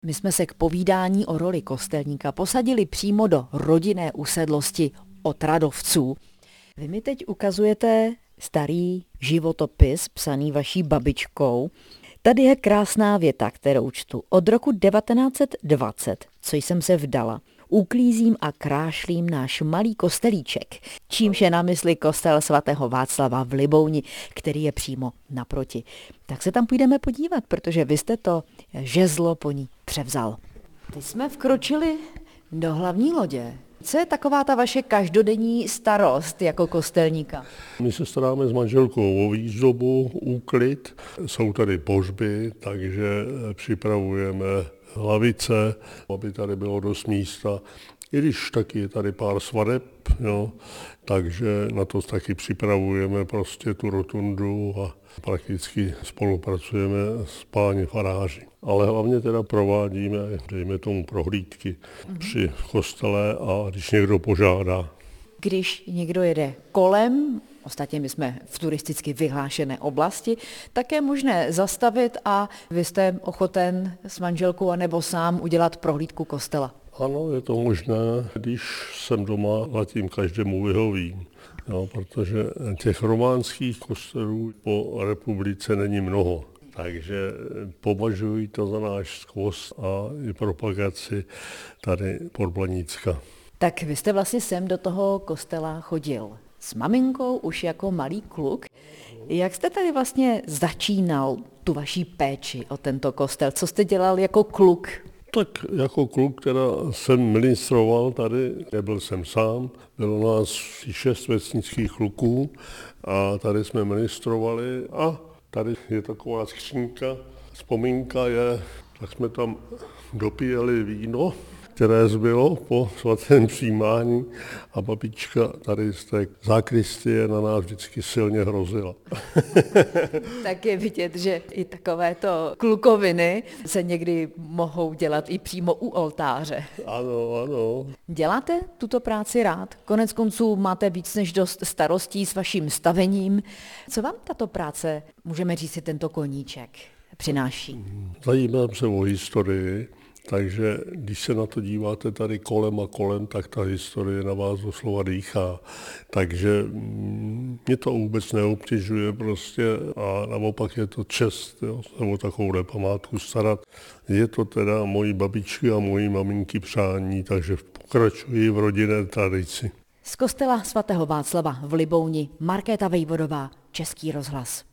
My jsme se k povídání o roli kostelníka posadili přímo do rodinné usedlosti Otradovců. Vy mi teď ukazujete starý životopis psaný vaší babičkou. Tady je krásná věta, kterou čtu. Od roku 1920, co jsem se vdala, uklízím a krášlím náš malý kostelíček, čímž je na mysli kostel svatého Václava v Libouni, který je přímo naproti. Tak se tam půjdeme podívat, protože vy jste to žezlo po ní převzal. Teď jsme vkročili do hlavní lodě. Co je taková ta vaše každodenní starost jako kostelníka? My se staráme s manželkou o výzdobu, úklid. Jsou tady pohřby, takže připravujeme lavice, aby tady bylo dost místa. I když taky je tady pár svadeb, jo, takže na to taky připravujeme prostě tu rotundu a prakticky spolupracujeme s páni faráři. Ale hlavně teda provádíme, dejme tomu, prohlídky při kostele a když někdo požádá. Když někdo jede kolem, ostatně my jsme v turisticky vyhlášené oblasti, tak je možné zastavit a vy jste ochoten s manželkou anebo sám udělat prohlídku kostela. Ano, je to možné, když jsem doma, zatím každému vyhovím. Jo, protože těch románských kostelů po republice není mnoho. Takže považuji to za náš skvost a i propagaci tady Podblanícka. Tak vy jste vlastně sem do toho kostela chodil s maminkou už jako malý kluk. Jak jste tady vlastně začínal tu vaší péči o tento kostel? Co jste dělal jako kluk? Tak jako kluk teda jsem ministroval tady, nebyl jsem sám, bylo nás 6 vesnických kluků a tady jsme ministrovali a tady je taková skřínka, vzpomínka je, tak jsme tam dopíjeli víno, které zbylo po svatém přijímání a babička tady z té zákristie na nás vždycky silně hrozila. Tak je vidět, že i takovéto klukoviny se někdy mohou dělat i přímo u oltáře. Ano, ano. Děláte tuto práci rád? Koneckonců máte víc než dost starostí s vaším stavením. Co vám tato práce, můžeme říct si tento koníček, přináší? Zajímám se o historii. Takže když se na to díváte tady kolem a kolem, tak ta historie na vás doslova dýchá. Takže mě to vůbec neobtěžuje prostě a naopak je to čest, jo, se o takovou památku starat. Je to teda mojí babičky a mojí maminky přání, takže pokračuji v rodinné tradici. Z kostela svatého Václava v Libouni Markéta Vejvodová, Český rozhlas.